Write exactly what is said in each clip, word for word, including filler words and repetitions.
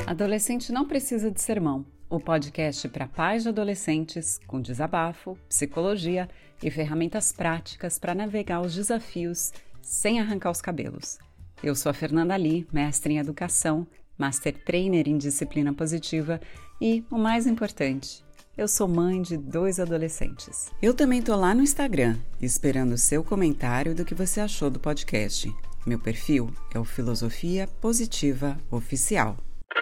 Adolescente não precisa de sermão. O podcast para pais de adolescentes com desabafo, psicologia e ferramentas práticas para navegar os desafios sem arrancar os cabelos. Eu sou a Fernanda Lee, mestre em educação, master trainer em disciplina positiva e, o mais importante, eu sou mãe de dois adolescentes. Eu também tô lá no Instagram, esperando o seu comentário do que você achou do podcast. Meu perfil é o Filosofia Positiva Oficial.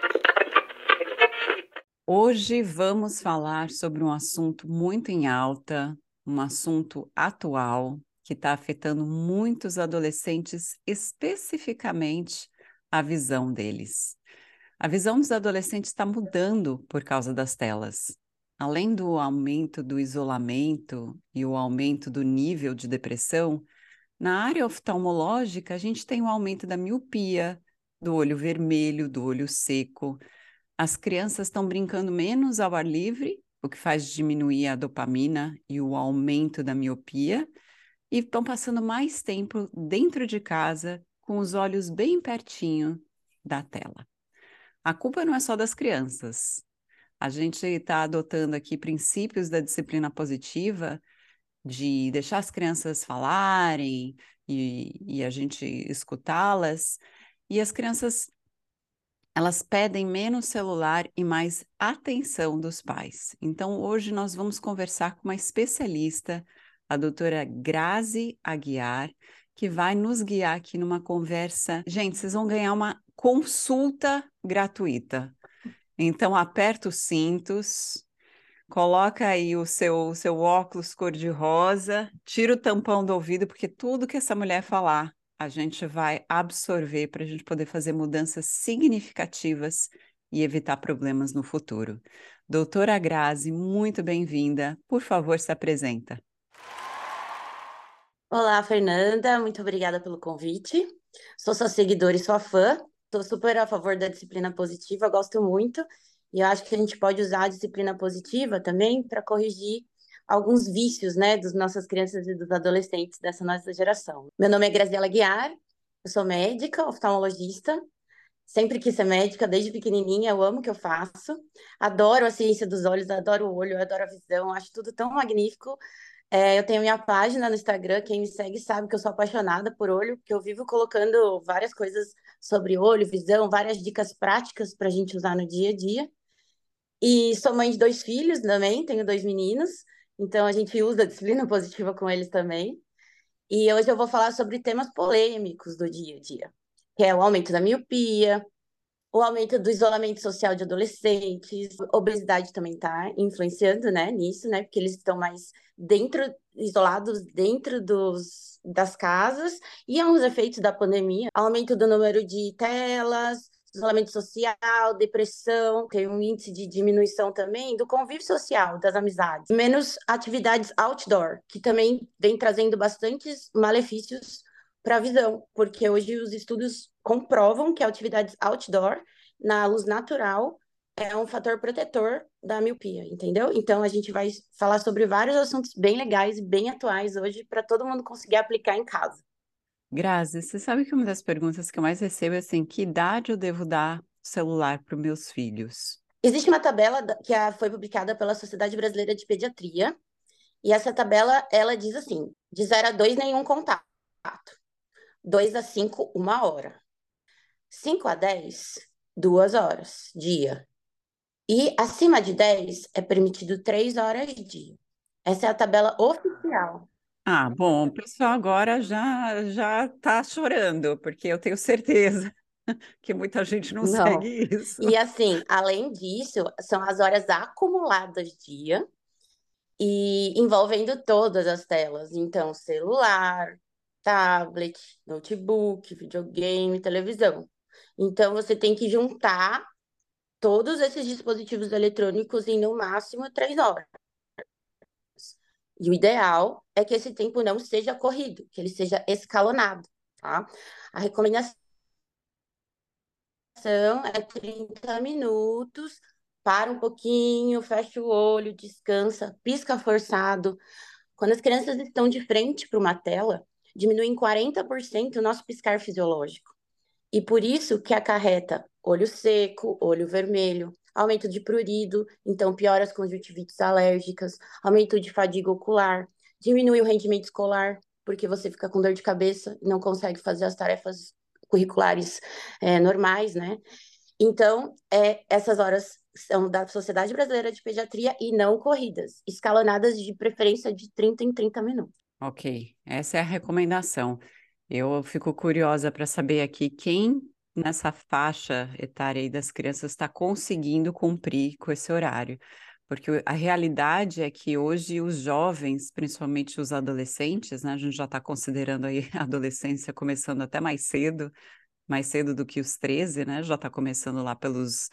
Hoje vamos falar sobre um assunto muito em alta, um assunto atual que está afetando muitos adolescentes, especificamente a visão deles. A visão dos adolescentes está mudando por causa das telas. Além do aumento do isolamento e o aumento do nível de depressão, na área oftalmológica a gente tem o aumento da miopia, do olho vermelho, do olho seco. As crianças estão brincando menos ao ar livre, o que faz diminuir a dopamina e o aumento da miopia, e estão passando mais tempo dentro de casa, com os olhos bem pertinho da tela. A culpa não é só das crianças. A gente está adotando aqui princípios da disciplina positiva, de deixar as crianças falarem e, e a gente escutá-las, e as crianças elas pedem menos celular e mais atenção dos pais. Então, hoje nós vamos conversar com uma especialista, a doutora Grazi Aguiar, que vai nos guiar aqui numa conversa. Gente, vocês vão ganhar uma consulta gratuita. Então, aperta os cintos, coloca aí o seu, seu óculos cor-de-rosa, tira o tampão do ouvido, porque tudo que essa mulher falar a gente vai absorver para a gente poder fazer mudanças significativas e evitar problemas no futuro. Doutora Grazi, muito bem-vinda. Por favor, se apresenta. Olá, Fernanda. Muito obrigada pelo convite. Sou sua seguidora e sua fã. Estou super a favor da disciplina positiva, gosto muito. E eu acho que a gente pode usar a disciplina positiva também para corrigir alguns vícios, né, das nossas crianças e dos adolescentes dessa nossa geração. Meu nome é Graziela Guiar, eu sou médica, oftalmologista. Sempre quis ser médica, desde pequenininha, eu amo o que eu faço. Adoro a ciência dos olhos, adoro o olho, adoro a visão, acho tudo tão magnífico. É, eu tenho minha página no Instagram, quem me segue sabe que eu sou apaixonada por olho, que eu vivo colocando várias coisas sobre olho, visão, várias dicas práticas para a gente usar no dia a dia. E sou mãe de dois filhos também, tenho dois meninos, então a gente usa a disciplina positiva com eles também. E hoje eu vou falar sobre temas polêmicos do dia a dia, que é o aumento da miopia, o aumento do isolamento social de adolescentes, obesidade também está influenciando, né, nisso, né, porque eles estão mais dentro, isolados dentro dos, das casas, e há uns efeitos da pandemia, aumento do número de telas, isolamento social, depressão, tem um índice de diminuição também do convívio social, das amizades, menos atividades outdoor, que também vem trazendo bastantes malefícios para a visão, porque hoje os estudos comprovam que atividades outdoor, na luz natural, é um fator protetor da miopia, entendeu? Então a gente vai falar sobre vários assuntos bem legais e bem atuais hoje para todo mundo conseguir aplicar em casa. Grazi, você sabe que uma das perguntas que eu mais recebo é assim, que idade eu devo dar celular para os meus filhos? Existe uma tabela que foi publicada pela Sociedade Brasileira de Pediatria, e essa tabela, ela diz assim, de zero a dois, nenhum contato. dois a cinco, uma hora. cinco a dez, duas horas, dia. E acima de dez é permitido três horas dia. Essa é a tabela oficial. Ah, bom, o pessoal agora já já está chorando, porque eu tenho certeza que muita gente não Não. segue isso. E assim, além disso, são as horas acumuladas dia e envolvendo todas as telas. Então, celular, tablet, notebook, videogame, televisão. Então, você tem que juntar todos esses dispositivos eletrônicos em no máximo três horas. E o ideal é que esse tempo não seja corrido, que ele seja escalonado, tá? A recomendação é trinta minutos, para um pouquinho, fecha o olho, descansa, pisca forçado. Quando as crianças estão de frente para uma tela, diminui em quarenta por cento o nosso piscar fisiológico. E por isso que acarreta olho seco, olho vermelho, aumento de prurido, então piora as conjuntivites alérgicas, aumento de fadiga ocular, diminui o rendimento escolar, porque você fica com dor de cabeça e não consegue fazer as tarefas curriculares é, normais, né? Então, é, essas horas são da Sociedade Brasileira de Pediatria e não corridas, escalonadas de preferência de trinta em trinta minutos. Ok, essa é a recomendação. Eu fico curiosa para saber aqui quem nessa faixa etária aí das crianças está conseguindo cumprir com esse horário. Porque a realidade é que hoje os jovens, principalmente os adolescentes, né, a gente já está considerando aí a adolescência começando até mais cedo, mais cedo do que os treze, né? Já está começando lá pelos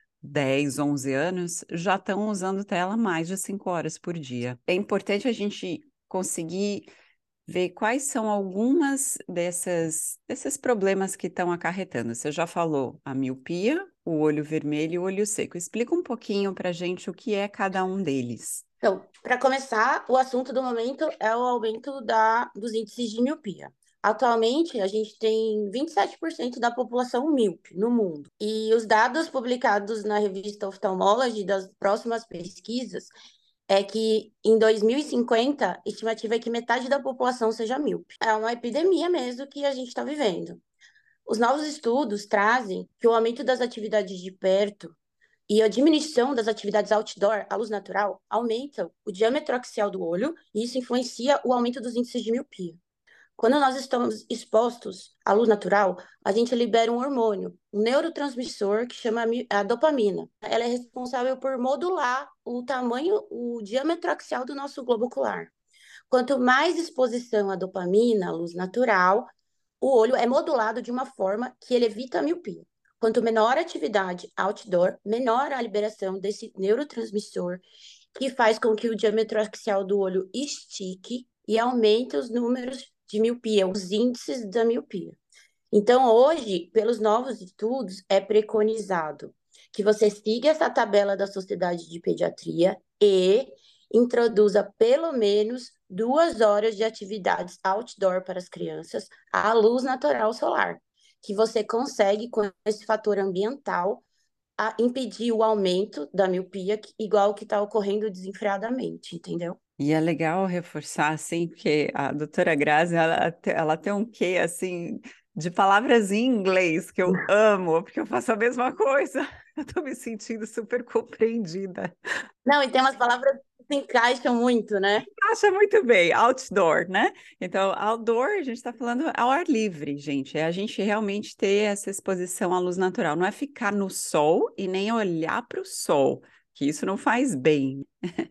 dez, onze anos, já estão usando tela mais de cinco horas por dia. É importante a gente conseguir ver quais são algumas dessas, desses problemas que estão acarretando. Você já falou a miopia, o olho vermelho e o olho seco. Explica um pouquinho para a gente o que é cada um deles. Então, para começar, o assunto do momento é o aumento da, dos índices de miopia. Atualmente, a gente tem vinte e sete por cento da população míope no mundo. E os dados publicados na revista Ophthalmology das próximas pesquisas é que em dois mil e cinquenta, a estimativa é que metade da população seja míope. É uma epidemia mesmo que a gente está vivendo. Os novos estudos trazem que o aumento das atividades de perto e a diminuição das atividades outdoor à luz natural aumentam o diâmetro axial do olho e isso influencia o aumento dos índices de miopia. Quando nós estamos expostos à luz natural, a gente libera um hormônio, um neurotransmissor que chama a dopamina. Ela é responsável por modular o tamanho, o diâmetro axial do nosso globo ocular. Quanto mais exposição à dopamina, à luz natural, o olho é modulado de uma forma que ele evita a miopia. Quanto menor a atividade outdoor, menor a liberação desse neurotransmissor, que faz com que o diâmetro axial do olho estique e aumente os números de miopia, os índices da miopia. Então, hoje, pelos novos estudos, é preconizado que você siga essa tabela da Sociedade de Pediatria e introduza pelo menos duas horas de atividades outdoor para as crianças à luz natural solar, que você consegue, com esse fator ambiental, a impedir o aumento da miopia, igual que está ocorrendo desenfreadamente, entendeu? E é legal reforçar, assim, porque a doutora Grazi, ela, te- ela tem um quê, assim, de palavras em inglês que eu amo, porque eu faço a mesma coisa. Eu estou me sentindo super compreendida. Não, e tem umas palavras que se encaixam muito, né? Acha muito bem, outdoor, né? Então, outdoor, a gente está falando ao ar livre, gente. É a gente realmente ter essa exposição à luz natural. Não é ficar no sol e nem olhar para o sol, que isso não faz bem.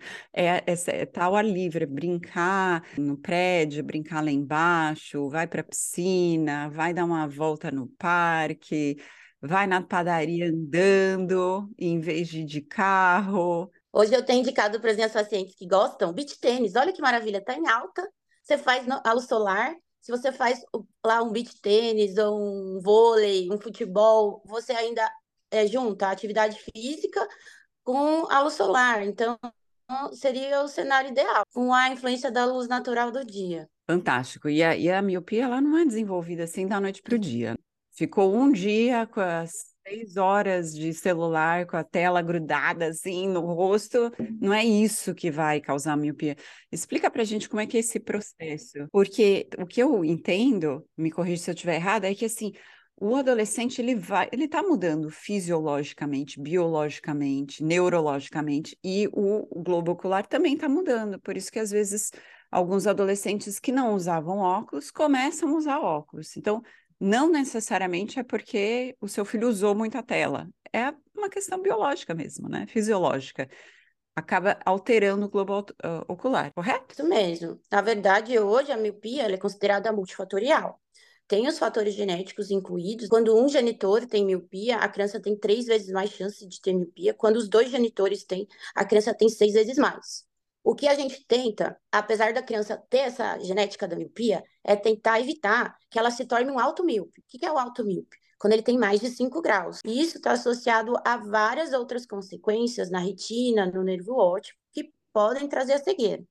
É, é, é tá ao ar livre, brincar no prédio, brincar lá embaixo, vai para a piscina, vai dar uma volta no parque, vai na padaria andando em vez de de carro. Hoje eu tenho indicado para as minhas pacientes que gostam beach tênis. Olha que maravilha, está em alta. Você faz no- a luz solar. Se você faz o- lá um beach tênis ou um vôlei, um futebol, você ainda é, junta a atividade física com a luz solar. Então, seria o cenário ideal, com a influência da luz natural do dia. Fantástico. E a, e a miopia, ela não é desenvolvida assim da noite para o dia. Ficou um dia com as seis horas de celular, com a tela grudada assim no rosto, não é isso que vai causar miopia. Explica pra gente como é que é esse processo. Porque o que eu entendo, me corrija se eu estiver errada, é que assim, o adolescente ele vai, ele está mudando fisiologicamente, biologicamente, neurologicamente, e o, o globo ocular também está mudando. Por isso que às vezes alguns adolescentes que não usavam óculos começam a usar óculos. Então, não necessariamente é porque o seu filho usou muita tela. É uma questão biológica mesmo, né? Fisiológica. Acaba alterando o globo uh, ocular, correto? Isso mesmo. Na verdade, hoje a miopia ela é considerada multifatorial. Tem os fatores genéticos incluídos. Quando um genitor tem miopia, a criança tem três vezes mais chance de ter miopia. Quando os dois genitores têm, a criança tem seis vezes mais. O que a gente tenta, apesar da criança ter essa genética da miopia, é tentar evitar que ela se torne um alto míope. O que é o alto míope? Quando ele tem mais de cinco graus. E isso está associado a várias outras consequências na retina, no nervo óptico, que podem trazer a cegueira.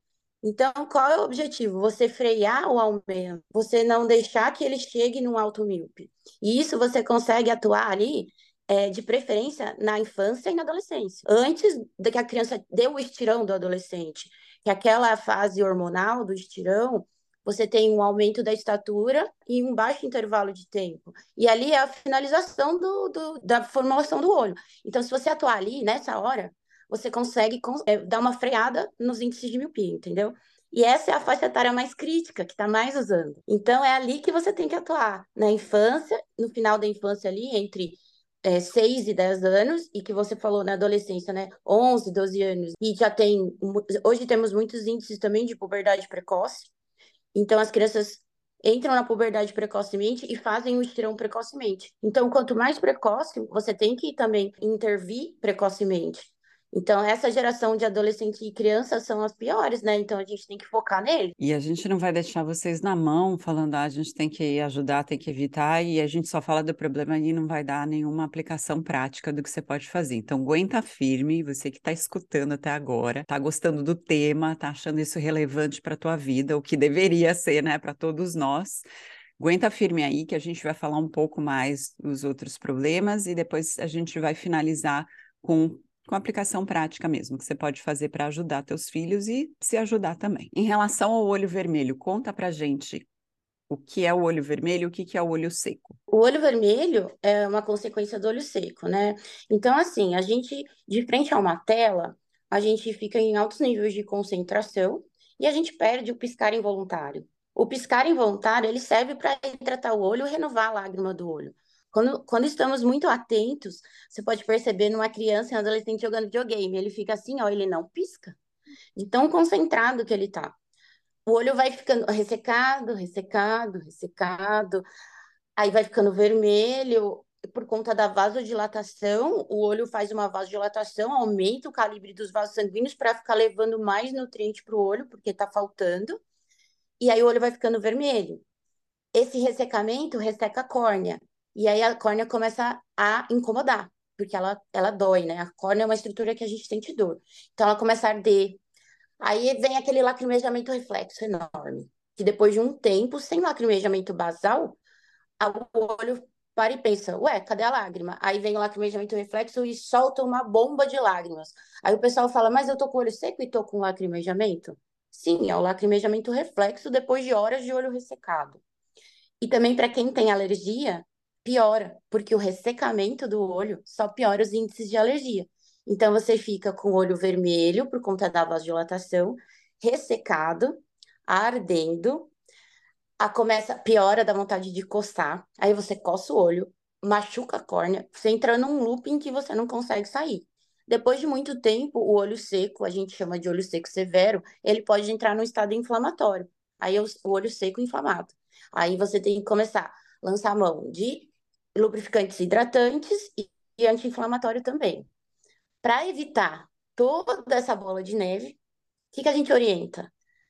Então, qual é o objetivo? Você frear o aumento, você não deixar que ele chegue num alto míope. E isso você consegue atuar ali, é, de preferência, na infância e na adolescência. Antes de que a criança dê o estirão do adolescente, que aquela fase hormonal do estirão, você tem um aumento da estatura e um baixo intervalo de tempo. E ali é a finalização do, do- da formulação do olho. Então, se você atuar ali, nessa hora, você consegue é, dar uma freada nos índices de miopia, entendeu? E essa é a faixa etária mais crítica, que está mais usando. Então, é ali que você tem que atuar. Na infância, no final da infância ali, entre é, seis e dez anos, e que você falou na adolescência, né? onze, doze anos. E já tem... Hoje temos muitos índices também de puberdade precoce. Então, as crianças entram na puberdade precocemente e fazem o estirão precocemente. Então, quanto mais precoce, você tem que também intervir precocemente. Então, essa geração de adolescentes e crianças são as piores, né? Então, a gente tem que focar neles. E a gente não vai deixar vocês na mão, falando, ah, a gente tem que ajudar, tem que evitar, e a gente só fala do problema e não vai dar nenhuma aplicação prática do que você pode fazer. Então, aguenta firme, você que está escutando até agora, está gostando do tema, está achando isso relevante para a tua vida, o que deveria ser, né, para todos nós. Aguenta firme aí, que a gente vai falar um pouco mais dos outros problemas e depois a gente vai finalizar com com aplicação prática mesmo, que você pode fazer para ajudar teus filhos e se ajudar também. Em relação ao olho vermelho, conta pra gente o que é o olho vermelho e o que que é o olho seco. O olho vermelho é uma consequência do olho seco, né? Então, assim, a gente, de frente a uma tela, a gente fica em altos níveis de concentração e a gente perde o piscar involuntário. O piscar involuntário, ele serve para hidratar o olho e renovar a lágrima do olho. Quando, quando estamos muito atentos, você pode perceber numa criança e um adolescente jogando videogame, ele fica assim, ó, ele não pisca, de tão concentrado que ele tá. O olho vai ficando ressecado, ressecado, ressecado, aí vai ficando vermelho por conta da vasodilatação. O olho faz uma vasodilatação, aumenta o calibre dos vasos sanguíneos para ficar levando mais nutriente para o olho, porque está faltando. E aí o olho vai ficando vermelho. Esse ressecamento resseca a córnea. E aí a córnea começa a incomodar, porque ela, ela dói, né? A córnea é uma estrutura que a gente sente dor. Então ela começa a arder. Aí vem aquele lacrimejamento reflexo enorme, que depois de um tempo, sem lacrimejamento basal, o olho para e pensa, ué, cadê a lágrima? Aí vem o lacrimejamento reflexo e solta uma bomba de lágrimas. Aí o pessoal fala, mas eu tô com o olho seco e tô com lacrimejamento? Sim, é o lacrimejamento reflexo depois de horas de olho ressecado. E também para quem tem alergia, piora, porque o ressecamento do olho só piora os índices de alergia. Então você fica com o olho vermelho por conta da vasodilatação, ressecado, ardendo, a começa, piora, dá vontade de coçar. Aí você coça o olho, machuca a córnea, você entra num looping que você não consegue sair. Depois de muito tempo, o olho seco, a gente chama de olho seco severo, ele pode entrar num estado inflamatório. Aí é o o olho seco inflamado. Aí você tem que começar a lançar a mão de lubrificantes hidratantes e, e anti-inflamatório também. Para evitar toda essa bola de neve, o que que a gente orienta?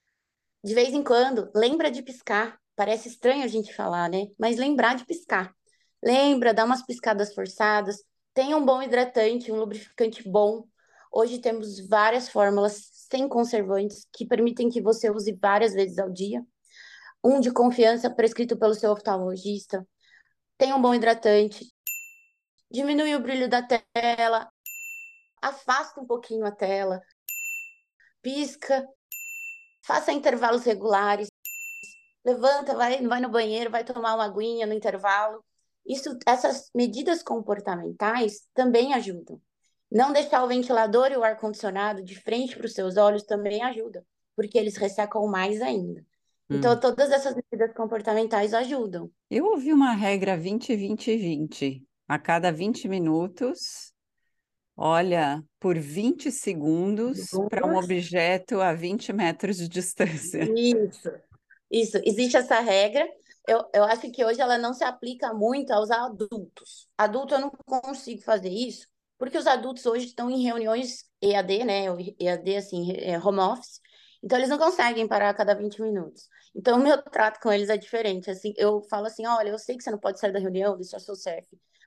De vez em quando, lembra de piscar. Parece estranho a gente falar, né? Mas lembrar de piscar. Lembra, dá umas piscadas forçadas. Tenha um bom hidratante, um lubrificante bom. Hoje temos várias fórmulas sem conservantes que permitem que você use várias vezes ao dia. Um de confiança prescrito pelo seu oftalmologista. Tenha um bom hidratante. Diminui o brilho da tela. Afasta um pouquinho a tela. Pisca. Faça intervalos regulares. Levanta, vai, vai no banheiro, vai tomar uma aguinha no intervalo. Isso, essas medidas comportamentais também ajudam. Não deixar o ventilador e o ar-condicionado de frente para os seus olhos também ajuda, porque eles ressecam mais ainda. Então, Hum. todas essas medidas comportamentais ajudam. Eu ouvi uma regra vinte, vinte, vinte. A cada vinte minutos, olha, por vinte segundos para um objeto a vinte metros de distância. Isso, isso. Existe essa regra. Eu, eu acho que hoje ela não se aplica muito aos adultos. Adulto eu não consigo fazer isso, porque os adultos hoje estão em reuniões E A D, né? O E A D, assim, é home office. Então eles não conseguem parar a cada vinte minutos. Então o meu trato com eles é diferente. Assim, eu falo assim: olha, eu sei que você não pode sair da reunião, isso é seu chefe,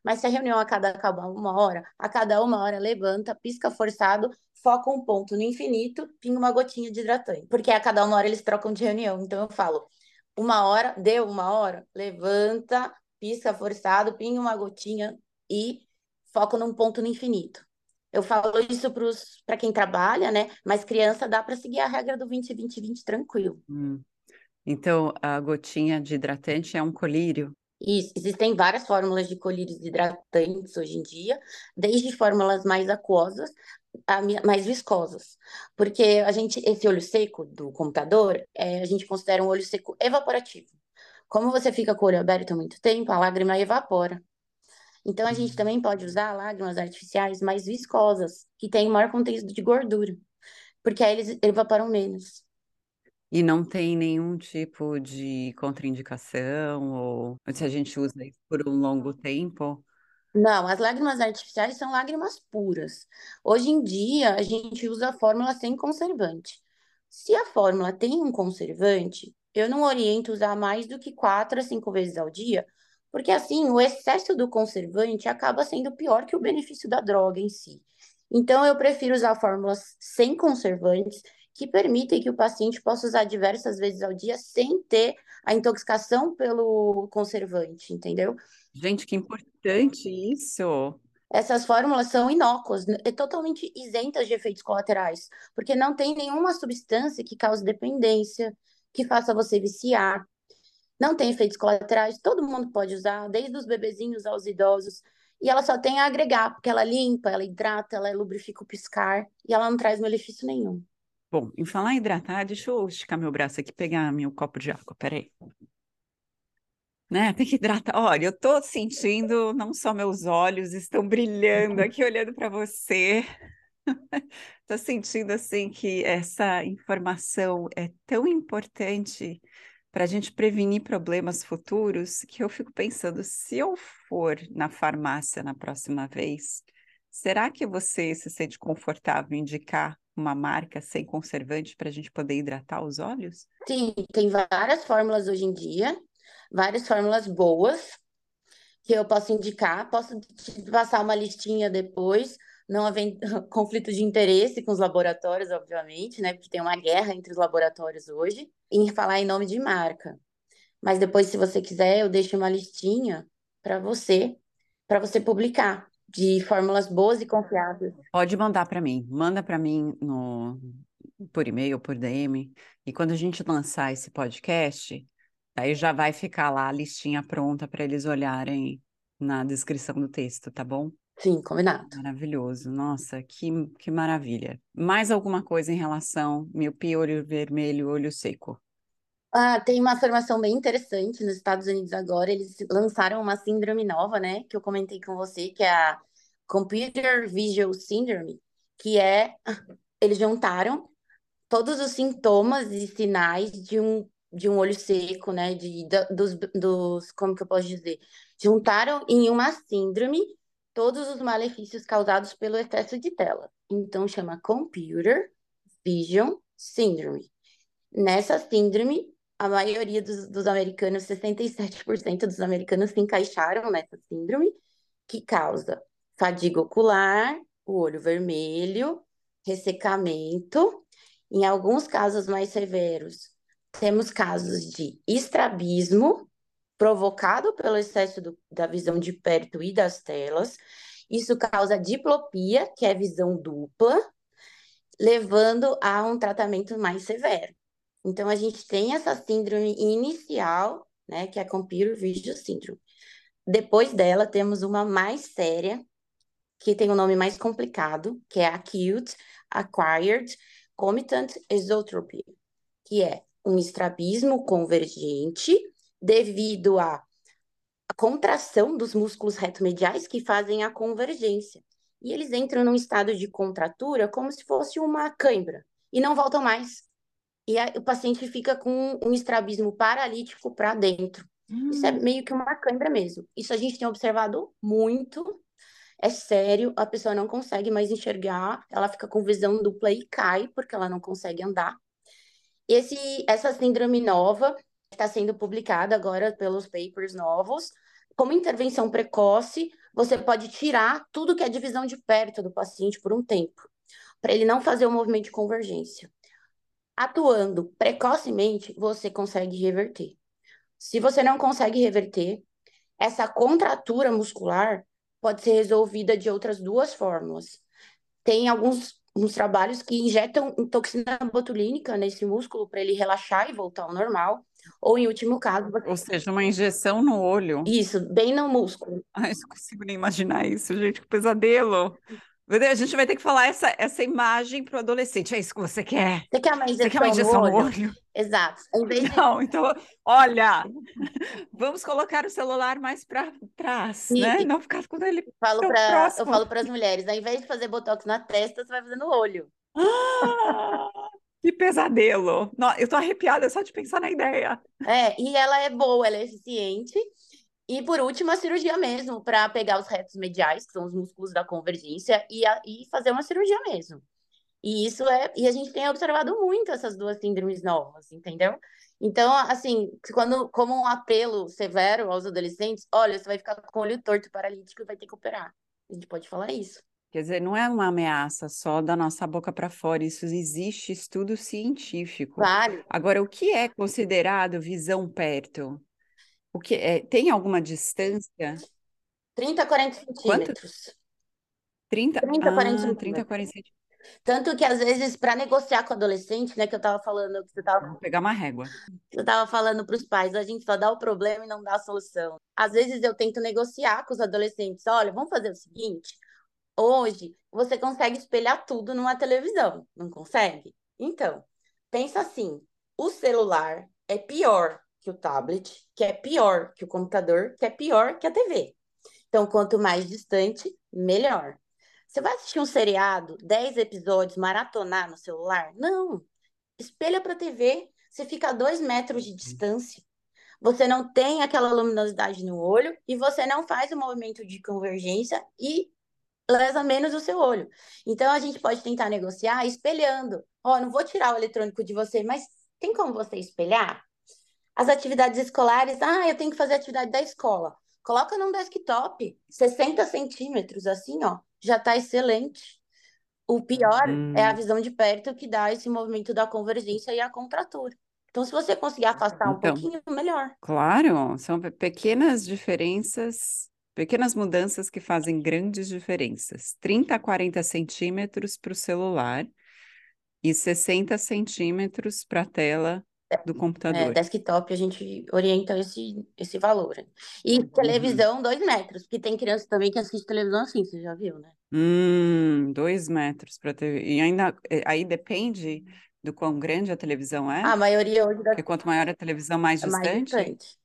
Mas se a reunião a cada acaba uma hora, a cada uma hora levanta, pisca forçado, foca um ponto no infinito, pinga uma gotinha de hidratante. Porque a cada uma hora eles trocam de reunião. Então eu falo, uma hora, deu uma hora, levanta, pisca forçado, pinga uma gotinha e foca num ponto no infinito. Eu falo isso para quem trabalha, né? Mas criança dá para seguir a regra do vinte, vinte, vinte tranquilo. Hum. Então, a gotinha de hidratante é um colírio? Isso, existem várias fórmulas de colírios hidratantes hoje em dia, desde fórmulas mais aquosas a mi- mais viscosas. Porque a gente, esse olho seco do computador, é, a gente considera um olho seco evaporativo. Como você fica com o olho aberto há muito tempo, a lágrima evapora. Então, a gente Hum. também pode usar lágrimas artificiais mais viscosas, que têm maior conteúdo de gordura, porque aí eles evaporam menos. E não tem nenhum tipo de contraindicação, ou se a gente usa isso por um longo tempo? Não, as lágrimas artificiais são lágrimas puras. Hoje em dia, a gente usa a fórmula sem conservante. Se a fórmula tem um conservante, eu não oriento usar mais do que quatro a cinco vezes ao dia, porque assim, o excesso do conservante acaba sendo pior que o benefício da droga em si. Então, eu prefiro usar fórmulas sem conservantes, que permitem que o paciente possa usar diversas vezes ao dia sem ter a intoxicação pelo conservante, entendeu? Gente, que importante isso! Essas fórmulas são inócuas, é totalmente isentas de efeitos colaterais, porque não tem nenhuma substância que cause dependência, que faça você viciar. Não tem efeitos colaterais, todo mundo pode usar, desde os bebezinhos aos idosos. E ela só tem a agregar, porque ela limpa, ela hidrata, ela lubrifica o piscar, e ela não traz malefício nenhum. Bom, em falar em hidratar, deixa eu esticar meu braço aqui e pegar meu copo de água, peraí. Né? Tem que hidratar. Olha, eu tô sentindo, não só meus olhos estão brilhando aqui olhando para você. Tô sentindo assim que essa informação é tão importante para a gente prevenir problemas futuros que eu fico pensando, se eu for na farmácia na próxima vez, será que você se sente confortável em indicar uma marca sem conservante para a gente poder hidratar os olhos? Sim, tem várias fórmulas hoje em dia, várias fórmulas boas, que eu posso indicar, posso te passar uma listinha depois, não havendo conflito de interesse com os laboratórios, obviamente, né? Porque tem uma guerra entre os laboratórios hoje, em falar em nome de marca. Mas depois, se você quiser, eu deixo uma listinha para você, para você publicar, de fórmulas boas e confiáveis. Pode mandar para mim, manda para mim no, por e-mail, por D M, e quando a gente lançar esse podcast, aí já vai ficar lá a listinha pronta para eles olharem na descrição do texto, tá bom? Sim, combinado. Maravilhoso, nossa, que, que maravilha. Mais alguma coisa em relação miopia, olho vermelho, olho seco? Ah, tem uma formação bem interessante nos Estados Unidos agora. Eles lançaram uma síndrome nova, né? Que eu comentei com você, que é a Computer Visual Syndrome, que é, eles juntaram todos os sintomas e sinais de um, de um olho seco, né? De, da- dos, dos, como que eu posso dizer? Juntaram em uma síndrome todos os malefícios causados pelo excesso de tela. Então chama Computer Vision Syndrome. Nessa síndrome, a maioria dos, dos americanos, sessenta e sete por cento dos americanos se encaixaram nessa síndrome, que causa fadiga ocular, o olho vermelho, ressecamento. Em alguns casos mais severos, temos casos de estrabismo, provocado pelo excesso do- da visão de perto e das telas. Isso causa diplopia, que é visão dupla, levando a um tratamento mais severo. Então, a gente tem essa síndrome inicial, né, que é a Computer Vision Syndrome. Depois dela, temos uma mais séria, que tem um nome mais complicado, que é Acute Acquired Comitant Esotropy, que é um estrabismo convergente devido à contração dos músculos retomediais que fazem a convergência. E eles entram num estado de contratura como se fosse uma cãibra e não voltam mais. E aí, o paciente fica com um estrabismo paralítico para dentro. Isso é Hum. meio que uma cãibra mesmo. Isso a gente tem observado muito. É sério, a pessoa não consegue mais enxergar, ela fica com visão dupla e cai porque ela não consegue andar. Esse, essa síndrome nova está sendo publicada agora pelos papers novos como intervenção precoce você pode tirar tudo que é divisão de perto do paciente por um tempo, para ele não fazer o movimento de convergência. Atuando precocemente, você consegue reverter. Se você não consegue reverter, essa contratura muscular pode ser resolvida de outras duas formas. Tem alguns uns trabalhos que injetam toxina botulínica nesse músculo para ele relaxar e voltar ao normal. Ou, em último caso, você- Ou seja, uma injeção no olho. isso, bem no músculo. Ai, eu não consigo nem imaginar isso, gente, que pesadelo. Meu Deus, a gente vai ter que falar essa, essa imagem para o adolescente. É isso que você quer? Você quer uma Você quer uma injeção no injeção no olho? olho? Exato. Em vez de Não, então, olha, vamos colocar o celular mais para trás, e, né? e Não ficar com ele falo tão para eu próximo. falo para as mulheres, ao invés de fazer botox na testa, você vai fazer no olho. Ah, que pesadelo! Não, eu tô arrepiada só de pensar na ideia. É, e ela é boa, ela é eficiente. E por último, a cirurgia mesmo, para pegar os retos mediais, que são os músculos da convergência, e, a- e fazer uma cirurgia mesmo. E isso é, e a gente tem observado muito essas duas síndromes novas, entendeu? Então, assim, quando como um apelo severo aos adolescentes, olha, você vai ficar com o olho torto, paralítico e vai ter que operar. A gente pode falar isso. Quer dizer, não é uma ameaça só da nossa boca para fora, isso existe estudo científico. Vale. Agora, o que é considerado visão perto? O que é, tem alguma distância? trinta, quarenta Quanto? centímetros. Trinta. trinta, quarenta Ah, trinta, centímetros. quarenta centímetros. Tanto que, às vezes, para negociar com o adolescente, né, que eu tava falando, que você tava Vou pegar uma régua. Eu estava falando para os pais, a gente só dá o problema e não dá a solução. Às vezes eu tento negociar com os adolescentes, olha, vamos fazer o seguinte, hoje você consegue espelhar tudo numa televisão, não consegue? Então, pensa assim, o celular é pior que o tablet, que é pior que o computador, que é pior que a T V. Então, quanto mais distante, melhor. Você vai assistir um seriado, dez episódios, maratonar no celular? Não. Espelha para a T V, você fica a dois metros de distância. Você não tem aquela luminosidade no olho e você não faz o movimento de convergência e lesa menos o seu olho. Então a gente pode tentar negociar espelhando. Ó, oh, não vou tirar o eletrônico de você, mas tem como você espelhar? As atividades escolares, ah, eu tenho que fazer a atividade da escola. Coloca num desktop, sessenta centímetros, assim, ó, já está excelente. O pior é a Hum, visão de perto que dá esse movimento da convergência e a contratura. Então, se você conseguir afastar um então, pouquinho, melhor. claro, são pe- pequenas diferenças, pequenas mudanças que fazem grandes diferenças. Trinta a quarenta centímetros para o celular e sessenta centímetros para a tela do É, computador. desktop, a gente orienta esse, esse valor. E Uhum. televisão, dois metros, porque tem criança também que assiste televisão assim, você já viu, né? Hum, dois metros para T V. E ainda, eh, aí depende do quão grande a televisão é, A maioria hoje porque da- quanto maior a televisão, mais é mais distante. distante.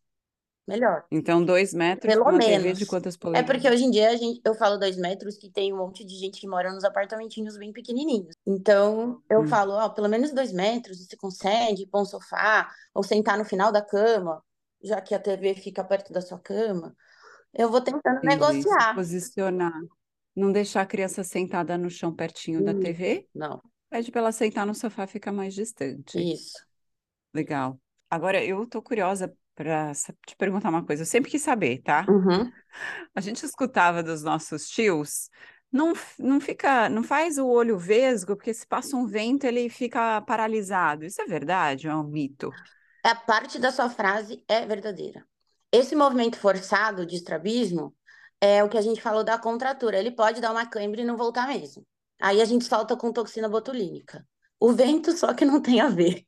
Melhor. Então, dois metros Pelo para uma T V de menos. quantas É porque polegadas? hoje em dia a gente, eu falo dois metros que tem um monte de gente que mora nos apartamentinhos bem pequenininhos. Então eu Hum, falo, ó, pelo menos dois metros você consegue, pôr um sofá, ou sentar no final da cama, já que a T V fica perto da sua cama. Eu vou tentando entendi. Se negociar. posicionar. Não deixar a criança sentada no chão pertinho da Isso. T V, Não, pede para ela sentar no sofá, fica mais distante. isso. Legal. Agora, eu tô curiosa para te perguntar uma coisa. Eu sempre quis saber, tá? Uhum. A gente escutava dos nossos tios, não, f- não fica, não faz o olho vesgo, porque se passa um vento, ele fica paralisado. Isso é verdade ou é um mito? A parte da sua frase é verdadeira. Esse movimento forçado de estrabismo é o que a gente falou da contratura. Ele pode dar uma cãibra e não voltar mesmo. Aí a gente solta com toxina botulínica. O vento só que não tem a ver,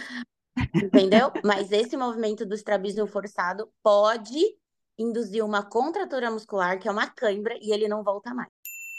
entendeu? Mas esse movimento do estrabismo forçado pode induzir uma contratura muscular, que é uma cãibra, e ele não volta mais.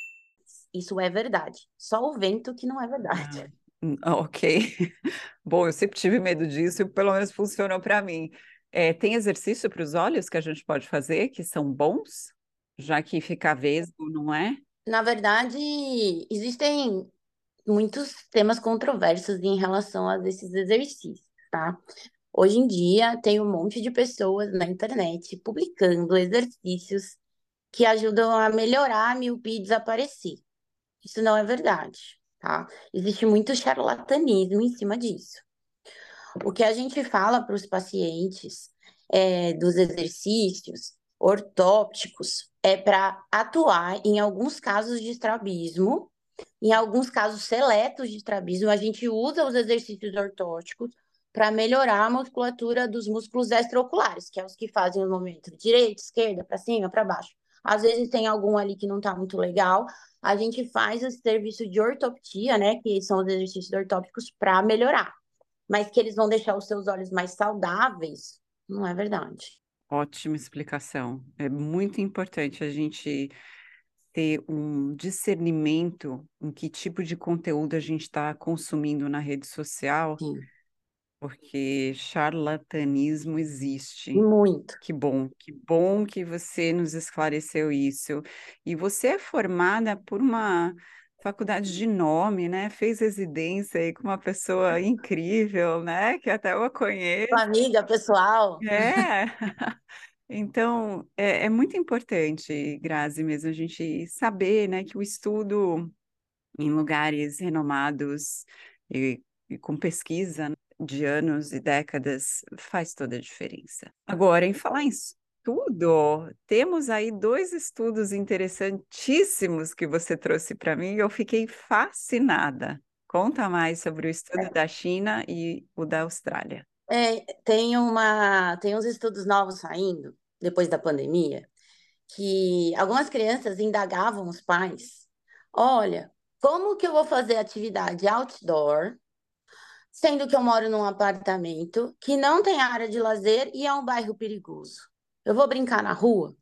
Isso é verdade. Só o vento que não é Ah, verdade. hum, ok. Bom, eu sempre tive medo disso e pelo menos funcionou para mim. É, tem exercício para os olhos que a gente pode fazer que são bons, já que ficar vesgo não é? Na verdade, existem muitos temas controversos em relação a esses exercícios, tá? Hoje em dia, tem um monte de pessoas na internet publicando exercícios que ajudam a melhorar a miopia e desaparecer. Isso não é verdade, tá? Existe muito charlatanismo em cima disso. O que a gente fala para os pacientes é, dos exercícios, ortópticos é para atuar em alguns casos de estrabismo, em alguns casos seletos de estrabismo, a gente usa os exercícios ortóticos para melhorar a musculatura dos músculos extraoculares, que é os que fazem o movimento direita, esquerda, para cima, para baixo. Às vezes tem algum ali que não está muito legal, a gente faz esse serviço de ortoptia, né, que são os exercícios ortópicos para melhorar. Mas que eles vão deixar os seus olhos mais saudáveis, não é verdade. Ótima explicação. É muito importante a gente ter um discernimento em que tipo de conteúdo a gente está consumindo na rede social, Sim, porque charlatanismo existe. muito. Que bom, que bom que você nos esclareceu isso. E você é formada por uma faculdade de nome, né? Fez residência aí com uma pessoa incrível, né? Que até eu a Com conheço. amiga, pessoal. É. Então, é, é muito importante, Grazi, mesmo a gente saber, né, que o estudo em lugares renomados e, e com pesquisa, né, de anos e décadas faz toda a diferença. Agora, em falar em estudo, temos aí dois estudos interessantíssimos que você trouxe para mim e eu fiquei fascinada. Conta mais sobre o estudo da China e o da Austrália. É, tem uma, tem uns estudos novos saindo, depois da pandemia, que algumas crianças indagavam os pais: olha, como que eu vou fazer atividade outdoor, sendo que eu moro num apartamento que não tem área de lazer e é um bairro perigoso? Eu vou brincar na rua?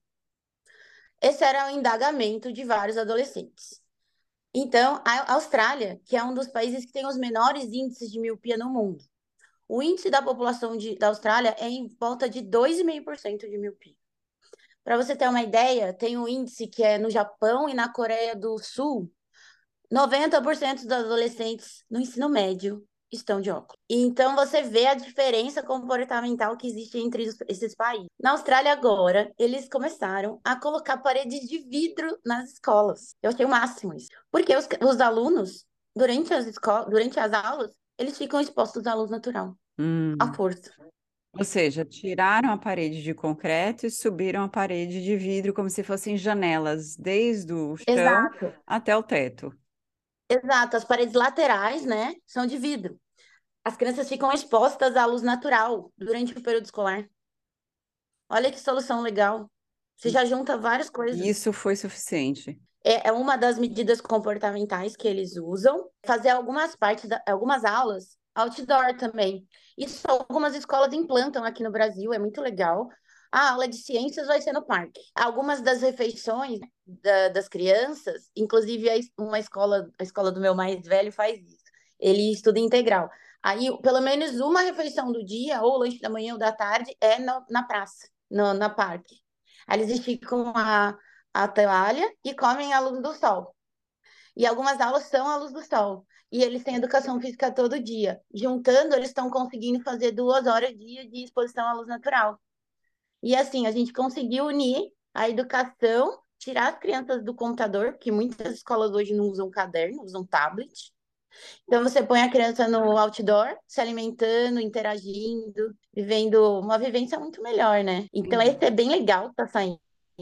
Esse era o indagamento de vários adolescentes. Então, a Austrália, que é um dos países que tem os menores índices de miopia no mundo, o índice da população de, da Austrália é em volta de dois vírgula cinco por cento de miopia. Para você ter uma ideia, tem um índice que é no Japão e na Coreia do Sul, noventa por cento dos adolescentes no ensino médio estão de óculos. E então você vê a diferença comportamental que existe entre esses países. Na Austrália agora, eles começaram a colocar paredes de vidro nas escolas. Eu achei o máximo isso. Porque os, os alunos, durante as, escolas, durante as aulas, eles ficam expostos à luz natural, à Hum. força. Ou seja, tiraram a parede de concreto e subiram a parede de vidro como se fossem janelas, desde o chão Exato. até o teto. Exato, as paredes laterais, né, são de vidro. As crianças ficam expostas à luz natural durante o período escolar. Olha que solução legal. Você E já junta várias e coisas. isso foi suficiente. É, é uma das medidas comportamentais que eles usam. Fazer algumas partes, da- algumas aulas outdoor também. Isso algumas escolas implantam aqui no Brasil, é muito legal. A aula de ciências vai ser no parque. Algumas das refeições da- das crianças, inclusive a es- uma escola, a escola do meu mais velho faz isso. Ele estuda integral. Aí, pelo menos uma refeição do dia, ou lanche da manhã ou da tarde, é no- na praça, no, na parque. Aí eles ficam a a toalha e comem à luz do sol. E algumas aulas são à luz do sol. E eles têm educação física todo dia. Juntando, eles estão conseguindo fazer duas horas dia de exposição à luz natural. E assim, a gente conseguiu unir a educação, tirar as crianças do computador, que muitas escolas hoje não usam caderno, usam tablet. Então você põe a criança no outdoor, se alimentando, interagindo, vivendo uma vivência muito melhor, né? Então esse é bem legal, tá saindo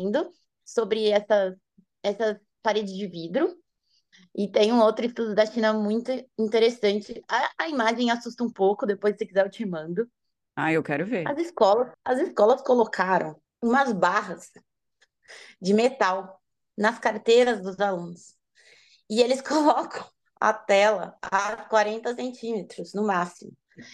sobre essas, essas paredes de vidro. E tem um outro estudo da China muito interessante. A, a imagem assusta um pouco, depois se quiser eu te mando. Ah, eu quero ver. As escolas, as escolas colocaram umas barras de metal nas carteiras dos alunos. E eles colocam a tela a quarenta centímetros no máximo.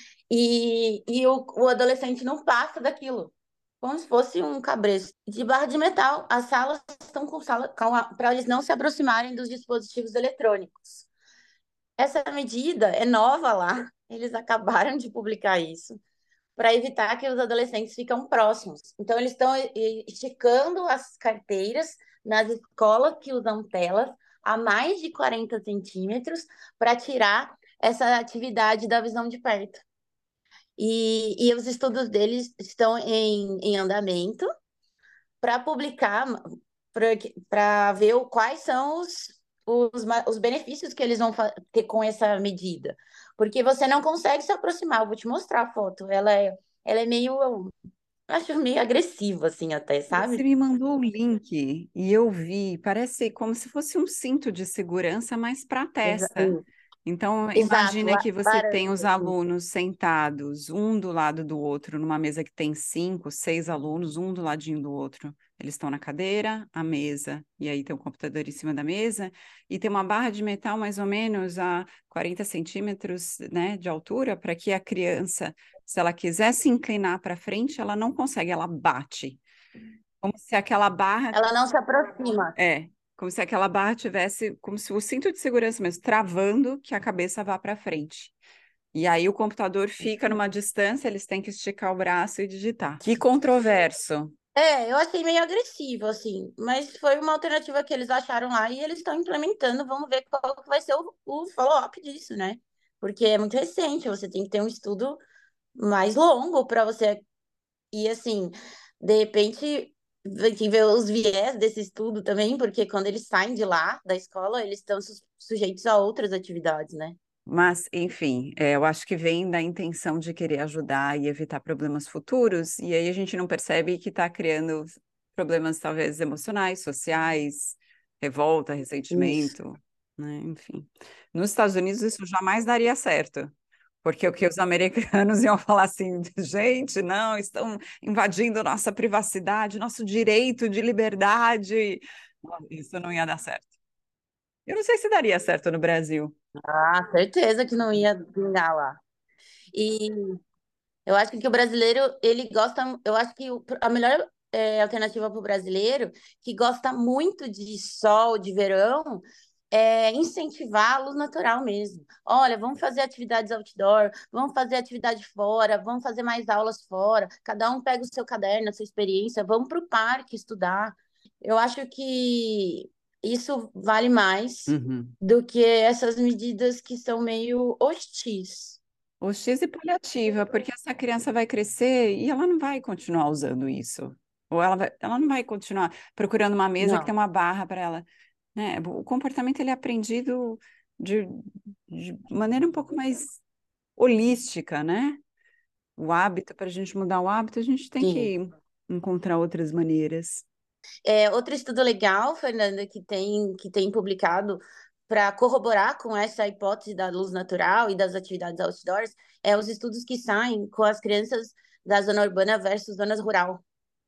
E, e o, o adolescente não passa daquilo, como se fosse um cabresto. De barra de metal, as salas estão com sala para eles não se aproximarem dos dispositivos eletrônicos. Essa medida é nova lá, eles acabaram de publicar isso, para evitar que os adolescentes fiquem próximos. Então, eles estão esticando as carteiras nas escolas que usam telas a mais de quarenta centímetros para tirar essa atividade da visão de perto. E, e os estudos deles estão em, em andamento para publicar, para ver o- quais são os, os, ma- os benefícios que eles vão fa- ter com essa medida. Porque você não consegue se aproximar. Eu vou te mostrar a foto. Ela é, ela é meio Eu acho meio agressivo, assim, até, Você sabe? me mandou o link e eu vi, parece como se fosse um cinto de segurança, mas para a Exa- testa. Então, Exato, imagina la- que você tem laranja, os assim. alunos sentados, um do lado do outro, numa mesa que tem cinco, seis alunos, um do ladinho do outro. Eles estão na cadeira, a mesa, e aí tem um computador em cima da mesa, e tem uma barra de metal mais ou menos a quarenta centímetros, né, de altura, para que a criança, se ela quiser se inclinar para frente, ela não consegue, ela bate. Como se aquela barra, Ela não se aproxima. é, como se aquela barra tivesse, como se o cinto de segurança mesmo, travando que a cabeça vá para frente. E aí o computador fica numa distância, eles têm que esticar o braço e digitar. Que controverso. É, eu achei meio agressivo, assim, mas foi uma alternativa que eles acharam lá e eles estão implementando. Vamos ver qual que vai ser o, o follow-up disso, né? Porque é muito recente, você tem que ter um estudo mais longo para você. E, assim, de repente, tem que ver os viés desse estudo também, porque quando eles saem de lá, da escola, eles estão su- sujeitos a outras atividades, né? Mas, enfim, é, eu acho que vem da intenção de querer ajudar e evitar problemas futuros, e aí a gente não percebe que está criando problemas, talvez, emocionais, sociais, revolta, Isso. ressentimento, né? Enfim. Nos Estados Unidos isso jamais daria certo, porque o que os americanos iam falar assim, gente, não, estão invadindo nossa privacidade, nosso direito de liberdade. Isso não ia dar certo. Eu não sei se daria certo no Brasil. Ah, certeza que não ia vingar lá. E eu acho que o brasileiro, ele gosta. Eu acho que o- a melhor é, alternativa para o brasileiro, que gosta muito de sol, de verão, é incentivar a luz natural mesmo. Olha, vamos fazer atividades outdoor, vamos fazer atividade fora, vamos fazer mais aulas fora. Cada um pega o seu caderno, a sua experiência, vamos para o parque estudar. Eu acho que isso vale mais Uhum. do que essas medidas que são meio hostis. O X e paliativa, porque essa criança vai crescer e ela não vai continuar usando isso. Ou ela vai, ela não vai continuar procurando uma mesa que tem Não, uma barra para ela, né? O comportamento ele é aprendido de, de maneira um pouco mais holística, né? O hábito, para a gente mudar o hábito, a gente tem sim. que encontrar outras maneiras. É, outro estudo legal, Fernanda, que tem, que tem publicado para corroborar com essa hipótese da luz natural e das atividades outdoors, é os estudos que saem com as crianças da zona urbana versus zona rural.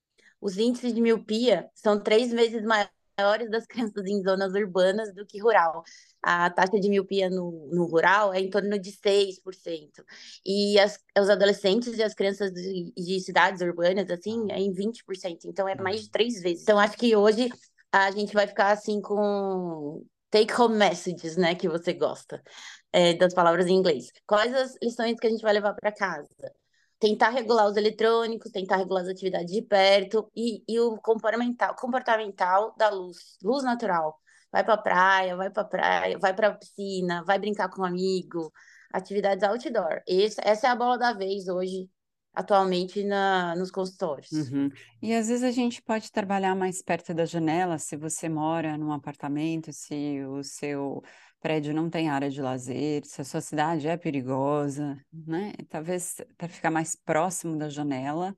Os índices de miopia são três vezes maiores das crianças em zonas urbanas do que rural. A taxa de miopia no, no rural é em torno de seis por cento. E as, os adolescentes e as crianças de, de cidades urbanas, assim, é em vinte por cento. Então, é mais de três vezes. Então, acho que hoje a gente vai ficar, assim, com take-home messages, né, que você gosta, é, das palavras em inglês. Quais as lições que a gente vai levar para casa? Tentar regular os eletrônicos, tentar regular as atividades de perto e, e o comportamental, comportamental da luz, luz natural. Vai para praia, vai para praia, vai para piscina, vai brincar com um amigo, atividades outdoor. Esse, essa é a bola da vez hoje, atualmente na, nos consultórios. Uhum. E às vezes a gente pode trabalhar mais perto da janela, se você mora num apartamento, se o seu prédio não tem área de lazer, se a sua cidade é perigosa, né? Talvez para ficar mais próximo da janela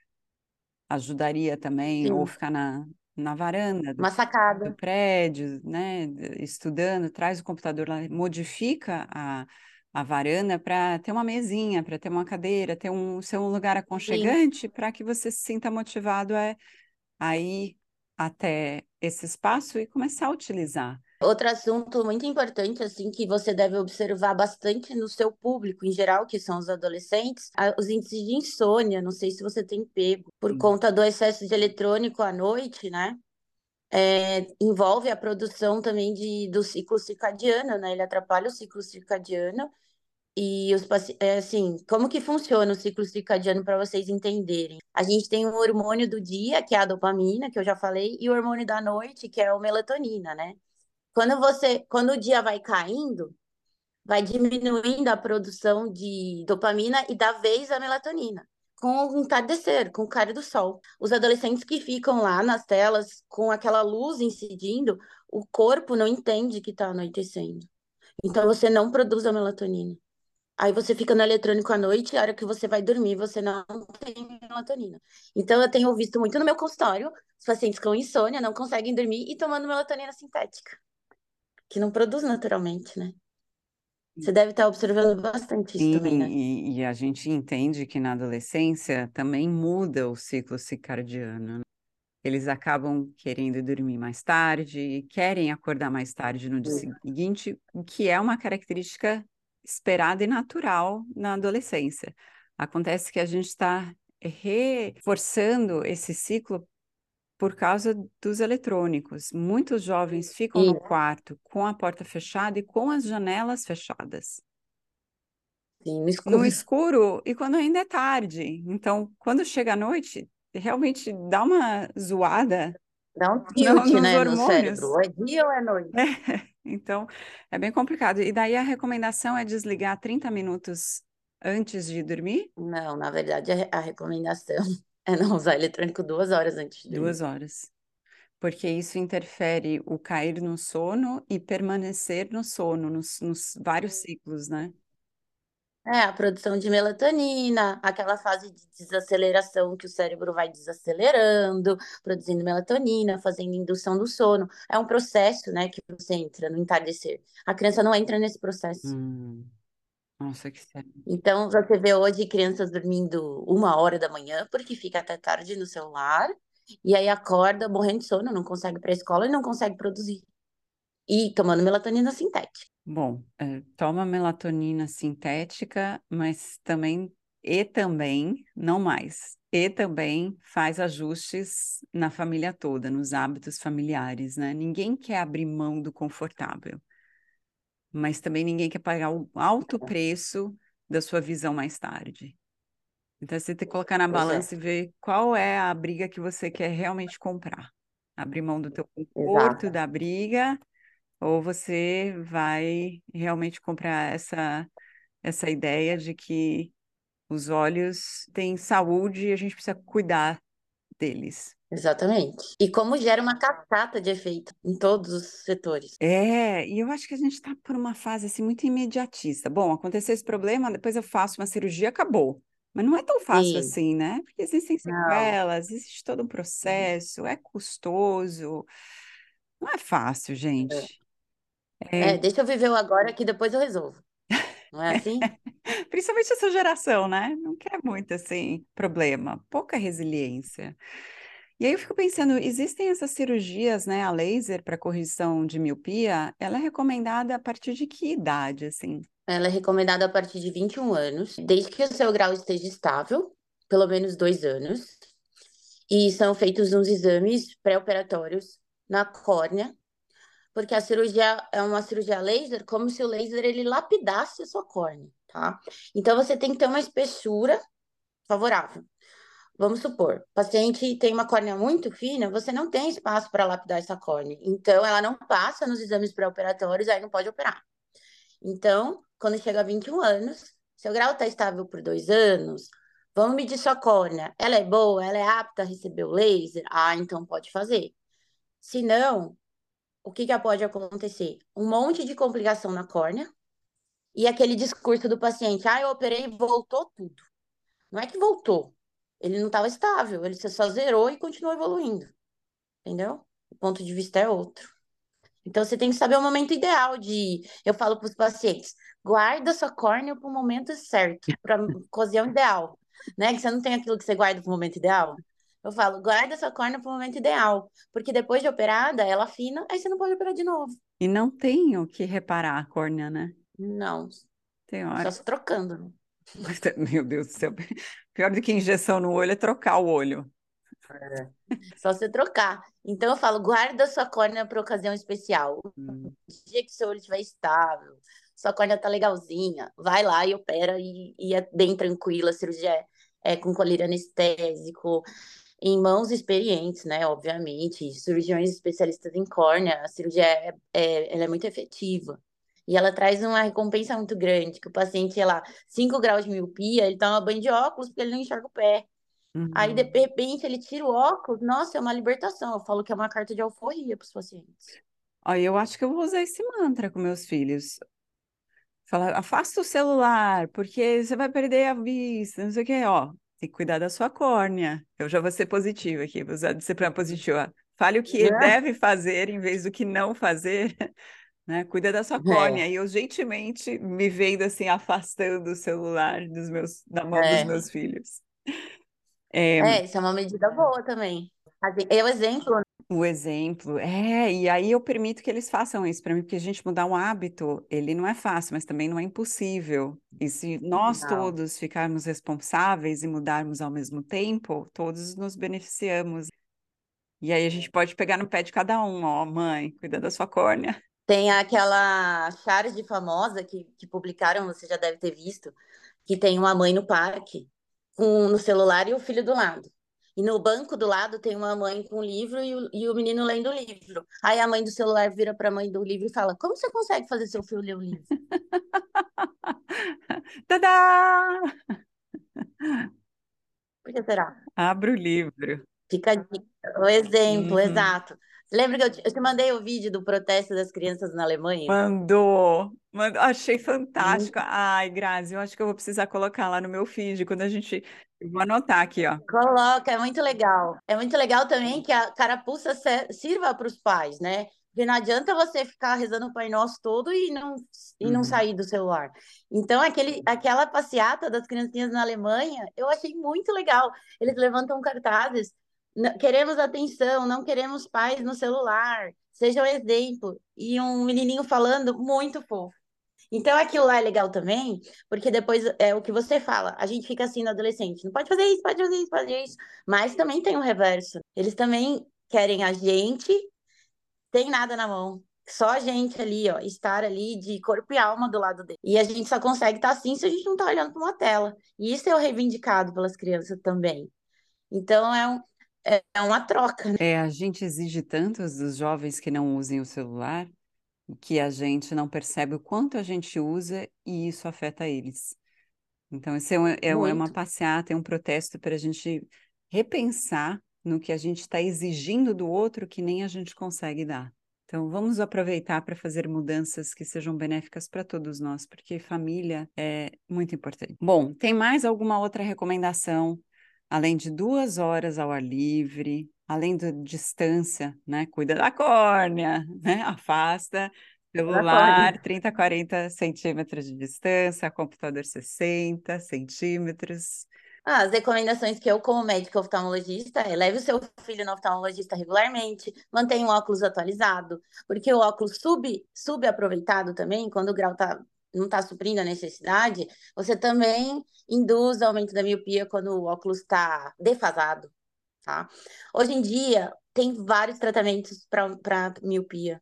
ajudaria também, ou Sim, ficar na, na varanda do, uma do sacada. prédio, né? Estudando, traz o computador lá, modifica a, a varanda para ter uma mesinha, para ter uma cadeira, ter um, ser um lugar Sim. aconchegante para que você se sinta motivado a, a ir até esse espaço e começar a utilizar. Outro assunto muito importante, assim, que você deve observar bastante no seu público em geral, que são os adolescentes, a- os índices de insônia. Não sei se você tem pego, por Sim. conta do excesso de eletrônico à noite, né? É, envolve a produção também de, do ciclo circadiano, né? Ele atrapalha o ciclo circadiano. E os paci- é, assim, como que funciona o ciclo circadiano para vocês entenderem? A gente tem o hormônio do dia, que é a dopamina, que eu já falei, e o hormônio da noite, que é a melatonina, né? Quando você, quando o dia vai caindo, vai diminuindo a produção de dopamina e da vez a melatonina. Com o entardecer, com o claro do sol. Os adolescentes que ficam lá nas telas com aquela luz incidindo, o corpo não entende que está anoitecendo. Então você não produz a melatonina. Aí você fica no eletrônico à noite, e a hora que você vai dormir, você não tem melatonina. Então, eu tenho visto muito no meu consultório, os pacientes com insônia não conseguem dormir e tomando melatonina sintética, que não produz naturalmente, né? Você deve estar observando bastante isso Sim, também, né? e, e a gente entende que na adolescência também muda o ciclo circadiano, né? Eles acabam querendo dormir mais tarde, querem acordar mais tarde no dia seguinte, o que é uma característica esperada e natural na adolescência. Acontece que a gente está reforçando esse ciclo por causa dos eletrônicos. Muitos jovens ficam E, no quarto com a porta fechada e com as janelas fechadas, sim, no no escuro. escuro e quando ainda é tarde. Então, quando chega a noite, realmente dá uma zoada Dá um no- tilt, nos né, no cérebro. hormônios. Ou é dia ou é noite? Então, é bem complicado. E daí a recomendação é desligar trinta minutos antes de dormir, Não, na verdade, a a recomendação é não usar eletrônico duas horas antes de dormir. duas horas. Porque isso interfere o cair no sono e permanecer no sono, nos, nos vários ciclos, né? É, a produção de melatonina, aquela fase de desaceleração que o cérebro vai desacelerando, produzindo melatonina, fazendo indução do sono. É um processo, né, que você entra no entardecer. A criança não entra nesse processo. Hum, nossa, que sério. Então, você vê hoje crianças dormindo uma hora da manhã, porque fica até tarde no celular, e aí acorda morrendo de sono, não consegue ir para a escola e não consegue produzir. E tomando melatonina sintética. Bom, é, toma melatonina sintética, mas também, e também, não mais, e também faz ajustes na família toda, nos hábitos familiares, né? Ninguém quer abrir mão do confortável, mas também ninguém quer pagar o alto preço da sua visão mais tarde. Então, você tem que colocar na Pois é, balança e ver qual é a briga que você quer realmente comprar. Abrir mão do teu conforto, exato. da briga, ou você vai realmente comprar essa, essa ideia de que os olhos têm saúde e a gente precisa cuidar deles. Exatamente. E como gera uma cascata de efeito em todos os setores. É, e eu acho que a gente está por uma fase assim muito imediatista. Bom, aconteceu esse problema, depois eu faço uma cirurgia, acabou. Mas não é tão fácil Sim, assim, né? Porque existem não. sequelas, existe todo um processo, é custoso. Não é fácil, gente. É, É, deixa eu viver o agora que depois eu resolvo. Não é assim? principalmente essa geração, né? Não quer muito assim problema, pouca resiliência. E aí eu fico pensando, existem essas cirurgias, né, a laser para correção de miopia, ela é recomendada a partir de que idade, assim? Ela é recomendada a partir de vinte e um anos, desde que o seu grau esteja estável, pelo menos dois anos. E são feitos uns exames pré-operatórios na córnea, porque a cirurgia é uma cirurgia laser, como se o laser ele lapidasse a sua córnea, tá? Então você tem que ter uma espessura favorável. Vamos supor, o paciente tem uma córnea muito fina, você não tem espaço para lapidar essa córnea. Então, ela não passa nos exames pré-operatórios, aí não pode operar. Então, quando chega a vinte e um anos, seu grau está estável por dois anos, vamos medir sua córnea. Ela é boa, ela é apta a receber o laser? Ah, então pode fazer. Se não, o que que pode acontecer? Um monte de complicação na córnea e aquele discurso do paciente: ah, eu operei e voltou tudo. Não é que voltou. Ele não estava estável, ele só zerou e continuou evoluindo, entendeu? O ponto de vista é outro. Então você tem que saber o momento ideal de. Eu falo para os pacientes: guarda sua córnea para o momento certo, para a ocasião ideal, né? Que você não tem aquilo que você guarda para o momento ideal. Eu falo: guarda sua córnea para o momento ideal, porque depois de operada, ela afina, aí você não pode operar de novo. E não tem o que reparar a córnea, né? Não, Tem só hora. se trocando, né? Meu Deus do céu. Pior do que injeção no olho é trocar o olho. Só você trocar. Então eu falo, guarda sua córnea para ocasião especial. Hum. O dia que seu olho estiver estável, sua córnea tá legalzinha, vai lá e opera e, e é bem tranquila. A cirurgia é, é com colírio anestésico, em mãos experientes, né? Obviamente, cirurgiões especialistas em córnea, a cirurgia é, é, ela é muito efetiva. E ela traz uma recompensa muito grande, que o paciente, sei lá, cinco graus de miopia, ele toma banho de óculos porque ele não enxerga o pé. Aí, de Uhum. repente, ele tira o óculos. Nossa, é uma libertação. Eu falo que é uma carta de alforria para os pacientes. Ó, eu acho que eu vou usar esse mantra com meus filhos. Fala, afasta o celular, porque você vai perder a vista, não sei o quê, ó. Tem que cuidar da sua córnea. Eu já vou ser positiva aqui, vou usar disciplina positiva. Fale o que deve fazer em vez do que não fazer, né? Cuida da sua córnea. É, E eu gentilmente me vendo assim, afastando o celular dos meus, da mão dos é, meus filhos. É, é, isso é uma medida boa também. Assim, é o exemplo, né? o exemplo, é, e aí eu permito que eles façam isso para mim, porque a gente mudar um hábito, ele não é fácil, mas também não é impossível. E se nós Não. todos ficarmos responsáveis e mudarmos ao mesmo tempo, todos nos beneficiamos. E aí a gente pode pegar no pé de cada um, ó, mãe, cuida da sua córnea. Tem aquela charge famosa que, que publicaram, você já deve ter visto, que tem uma mãe no parque com no celular e o filho do lado. E no banco do lado tem uma mãe com um livro e o, e o menino lendo o livro. Aí a mãe do celular vira para a mãe do livro e fala: Como você consegue fazer seu filho ler o livro? Tadá! Por que será? Abra o livro. Fica a dica, o exemplo, Uhum. exato. Lembra que eu te, eu te mandei o vídeo do protesto das crianças na Alemanha? Mandou, mandou, achei fantástico. Muito. Ai, Grazi, eu acho que eu vou precisar colocar lá no meu feed quando a gente. Eu vou anotar aqui, ó. Coloca, é muito legal. É muito legal também que a carapuça se- sirva para os pais, né? Porque não adianta você ficar rezando o Pai Nosso todo e não, e não Uhum. sair do celular. Então, aquele, aquela passeata das criancinhas na Alemanha, eu achei muito legal. Eles levantam cartazes. "N- Queremos atenção, não queremos pais no celular. Seja o exemplo." E um menininho falando muito fofo. Então aquilo lá é legal também, porque depois é o que você fala, a gente fica assim no adolescente, não pode fazer isso, pode fazer isso, pode fazer isso, mas também tem o reverso. Eles também querem a gente, tem nada na mão. Só a gente ali, ó, estar ali de corpo e alma do lado dele. E a gente só consegue estar assim se a gente não tá olhando para uma tela. E isso é o reivindicado pelas crianças também. Então é, um, é é uma troca, né? É, a gente exige tanto dos jovens que não usem o celular que a gente não percebe o quanto a gente usa e isso afeta eles. Então, isso é, um- é um- é uma Muito, passeata, é um protesto para a gente repensar no que a gente está exigindo do outro que nem a gente consegue dar. Então, vamos aproveitar para fazer mudanças que sejam benéficas para todos nós, porque família é muito importante. Bom, tem mais alguma outra recomendação, além de duas horas ao ar livre, além da distância, né? Cuida da córnea, né? Afasta. da córnea. Celular, trinta, quarenta centímetros de distância, computador sessenta centímetros. Ah, as recomendações que eu, como médica oftalmologista, é leve o seu filho no oftalmologista regularmente, mantenha o óculos atualizado, porque o óculos sub, subaproveitado também, quando o grau tá, não está suprindo a necessidade, você também induz aumento da miopia quando o óculos está defasado, tá? Hoje em dia, tem vários tratamentos para miopia.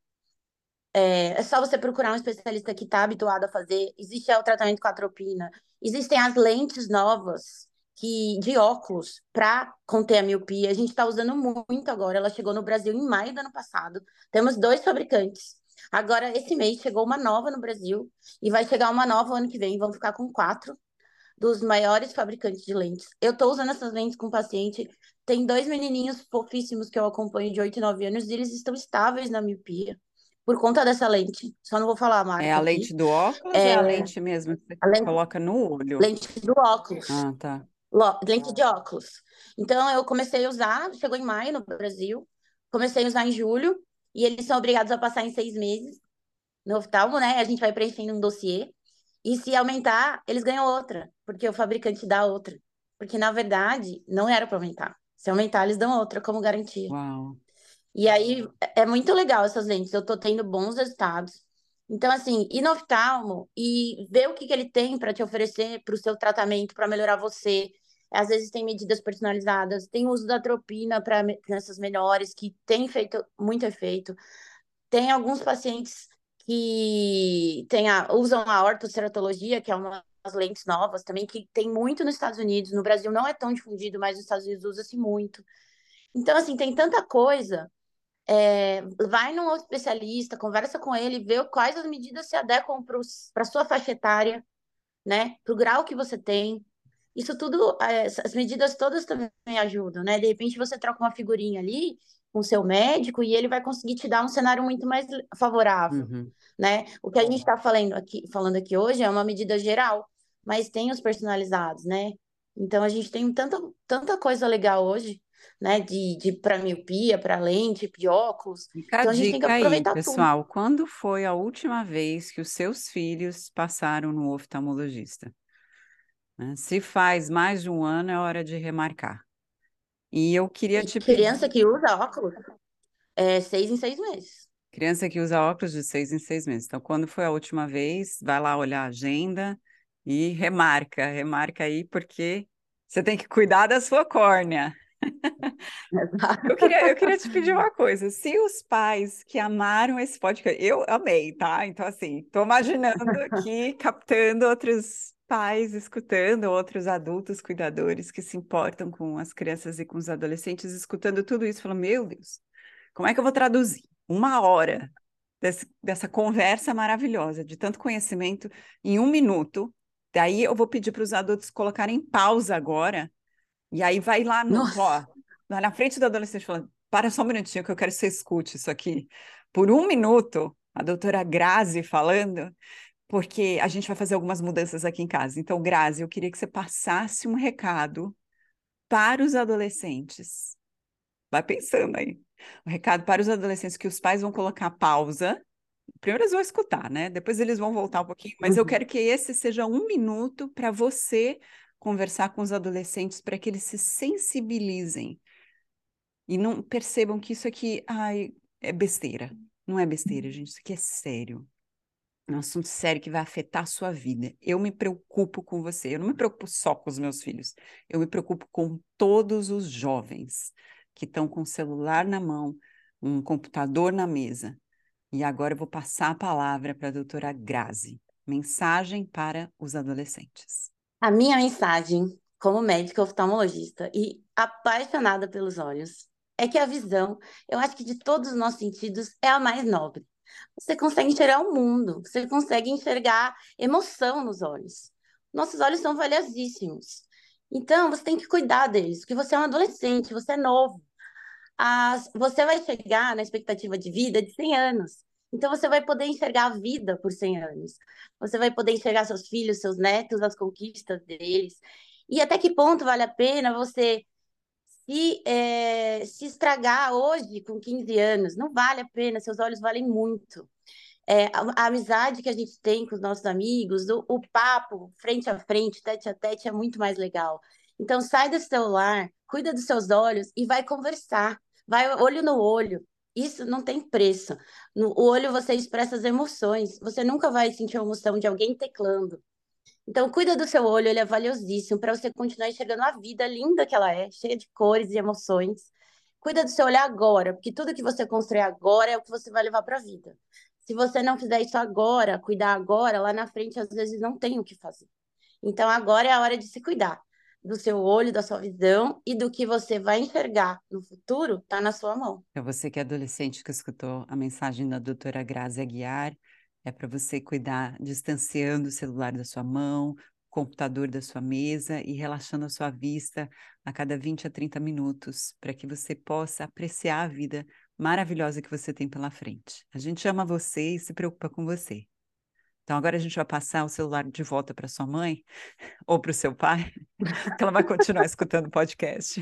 É, é só você procurar um especialista que está habituado a fazer. Existe o tratamento com atropina. Existem as lentes novas que de óculos para conter a miopia. A gente está usando muito agora. Ela chegou no Brasil em maio do ano passado. Temos dois fabricantes. Agora, esse mês, chegou uma nova no Brasil e vai chegar uma nova o ano que vem. Vão ficar com quatro dos maiores fabricantes de lentes. Eu estou usando essas lentes com paciente. Tem dois menininhos fofíssimos que eu acompanho de oito e nove anos e eles estão estáveis na miopia por conta dessa lente. Só não vou falar a É a marca aqui. lente do óculos ou é É a lente mesmo que você a lente, coloca no olho? lente do óculos. Ah, tá. Lo- Lente de óculos. Então, eu comecei a usar, chegou em maio no Brasil, comecei a usar em julho, e eles são obrigados a passar em seis meses no oftalmo, né? A gente vai preenchendo um dossiê, e se aumentar, eles ganham outra, porque o fabricante dá outra. Porque, na verdade, não era para aumentar. Se aumentar, eles dão outra como garantia. Uau. E aí é muito legal essas lentes, eu tô tendo bons resultados. Então, assim, ir no oftalmo e ver o que que ele tem para te oferecer para o seu tratamento, para melhorar você. Às vezes tem medidas personalizadas, tem o uso da atropina para crianças menores, que tem feito muito efeito. Tem alguns pacientes que tem a- usam a ortoceratologia, que é uma das lentes novas também, que tem muito nos Estados Unidos. No Brasil não é tão difundido, mas nos Estados Unidos usa-se muito. Então, assim, tem tanta coisa. É, vai num outro especialista, conversa com ele, vê quais as medidas se adequam para a sua faixa etária, né? Para o grau que você tem. Isso tudo, é, as medidas todas também ajudam, né? De repente você troca uma figurinha ali com o seu médico e ele vai conseguir te dar um cenário muito mais favorável, Uhum. né? O que a gente está falando aqui, falando aqui hoje é uma medida geral, mas tem os personalizados, né? Então a gente tem tanta, tanta coisa legal hoje, né? De, de para miopia, para lente, de óculos. Fica a Então a gente tem que dica aí, aproveitar tudo. pessoal. Quando foi a última vez que os seus filhos passaram no oftalmologista? Né? Se faz mais de um ano, é hora de remarcar. E eu queria E te criança pedir, que usa óculos é seis em seis meses. criança que usa óculos de seis em seis meses. Então, quando foi a última vez, vai lá olhar a agenda e remarca, remarca aí, porque você tem que cuidar da sua córnea. Eu queria, eu queria te pedir uma coisa. Se os pais que amaram esse podcast, eu amei, tá? Então, assim, tô imaginando aqui, captando outros pais, escutando outros adultos cuidadores que se importam com as crianças e com os adolescentes, escutando tudo isso, falando, meu Deus, como é que eu vou traduzir uma hora desse- dessa conversa maravilhosa, de tanto conhecimento, em um minuto? Daí eu vou pedir para os adultos colocarem pausa agora e aí vai lá no, Nossa, ó, lá na frente do adolescente falando, para só um minutinho que eu quero que você escute isso aqui. Por um minuto, a doutora Grazi falando, porque a gente vai fazer algumas mudanças aqui em casa. Então, Grazi, eu queria que você passasse um recado para os adolescentes. Vai pensando aí. Um recado para os adolescentes que os pais vão colocar pausa. Primeiro eles vão escutar, né? Depois eles vão voltar um pouquinho, mas eu quero uhum. que esse seja um minuto para você conversar com os adolescentes para que eles se sensibilizem e não percebam que isso aqui, ai, é besteira. Não é besteira, gente, isso aqui é sério. É um assunto sério que vai afetar a sua vida. Eu me preocupo com você. Eu não me preocupo só com os meus filhos. Eu me preocupo com todos os jovens que estão com o celular na mão, um computador na mesa. E agora eu vou passar a palavra para a doutora Grazi. Mensagem para os adolescentes. A minha mensagem, como médica oftalmologista e apaixonada pelos olhos, é que a visão, eu acho que de todos os nossos sentidos, é a mais nobre. Você consegue enxergar o mundo, você consegue enxergar emoção nos olhos. Nossos olhos são valiosíssimos. Então, você tem que cuidar deles, porque você é um adolescente, você é novo. As- você vai chegar na expectativa de vida de cem anos. Então, você vai poder enxergar a vida por cem anos. Você vai poder enxergar seus filhos, seus netos, as conquistas deles. E até que ponto vale a pena você se, é, se estragar hoje com quinze anos? Não vale a pena, seus olhos valem muito. É, a, a amizade que a gente tem com os nossos amigos, o, o papo frente a frente, tete a tete, é muito mais legal. Então, sai do celular, cuida dos seus olhos e vai conversar. Vai olho no olho. Isso não tem preço. No olho você expressa as emoções. Você nunca vai sentir a emoção de alguém teclando. Então, cuida do seu olho, ele é valiosíssimo para você continuar enxergando a vida linda que ela é, cheia de cores e emoções. Cuida do seu olho agora, porque tudo que você construir agora é o que você vai levar para a vida. Se você não fizer isso agora, cuidar agora, lá na frente às vezes não tem o que fazer. Então, agora é a hora de se cuidar do seu olho, da sua visão e do que você vai enxergar no futuro, está na sua mão. Para você que é adolescente que escutou a mensagem da doutora Grazi Aguiar, é para você cuidar distanciando o celular da sua mão, o computador da sua mesa e relaxando a sua vista a cada vinte a trinta minutos, para que você possa apreciar a vida maravilhosa que você tem pela frente. A gente ama você e se preocupa com você. Então agora a gente vai passar o celular de volta para sua mãe ou para o seu pai, que ela vai continuar escutando o podcast.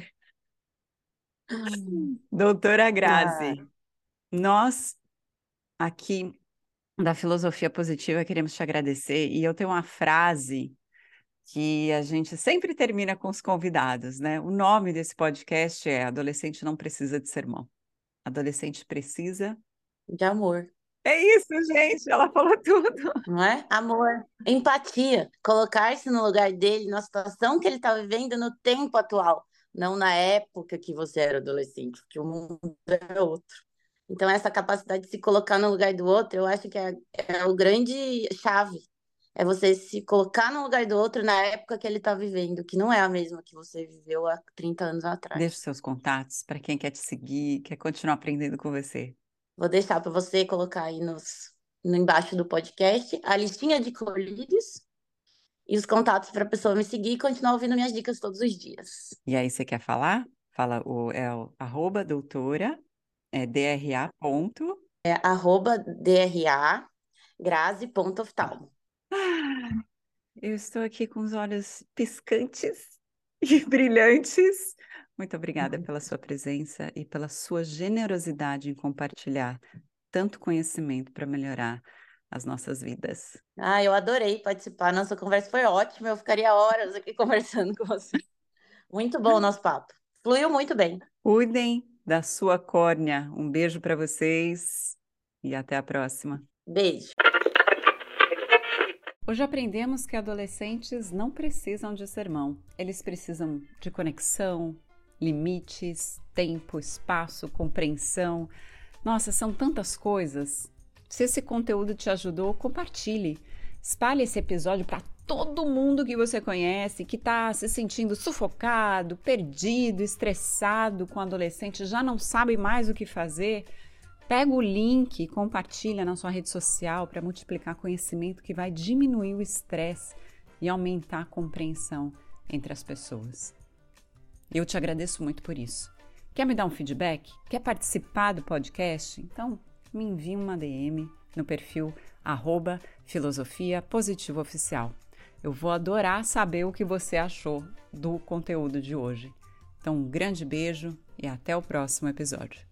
Doutora Ah, Grazi, nós aqui da Filosofia Positiva queremos te agradecer e eu tenho uma frase que a gente sempre termina com os convidados, né? O nome desse podcast é Adolescente Não Precisa de Sermão. Adolescente precisa. de amor. É isso, gente, ela falou tudo. Não é? Amor, empatia, colocar-se no lugar dele, na situação que ele está vivendo no tempo atual, não na época que você era adolescente, porque o mundo é outro. Então, essa capacidade de se colocar no lugar do outro, eu acho que é, é o grande chave. É você se colocar no lugar do outro na época que ele está vivendo, que não é a mesma que você viveu há trinta anos Deixe atrás. seus contatos para quem quer te seguir, quer continuar aprendendo com você. Vou deixar para você colocar aí nos, no embaixo do podcast a listinha de colírios e os contatos para a pessoa me seguir e continuar ouvindo minhas dicas todos os dias. E aí, você quer falar? Fala o, é o arroba doutora. É dra. Ponto. É arroba dra grazi ponto oftalmo. Ah, eu estou aqui com os olhos piscantes e brilhantes. Muito obrigada pela sua presença e pela sua generosidade em compartilhar tanto conhecimento para melhorar as nossas vidas. Ah, eu adorei participar. Nossa conversa foi ótima. Eu ficaria horas aqui conversando com você. Muito bom o nosso papo. Fluiu muito bem. Cuidem da sua córnea. Um beijo para vocês e até a próxima. Beijo. Hoje aprendemos que adolescentes não precisam de sermão. Eles precisam de conexão, limites, tempo, espaço, compreensão. Nossa, são tantas coisas. Se esse conteúdo te ajudou, compartilhe. Espalhe esse episódio para todo mundo que você conhece, que está se sentindo sufocado, perdido, estressado com adolescente, já não sabe mais o que fazer. Pega o link e compartilha na sua rede social para multiplicar conhecimento que vai diminuir o estresse e aumentar a compreensão entre as pessoas. Eu te agradeço muito por isso. Quer me dar um feedback? Quer participar do podcast? Então, me envie uma D M no perfil arroba Filosofia Positiva Oficial. Eu vou adorar saber o que você achou do conteúdo de hoje. Então, um grande beijo e até o próximo episódio.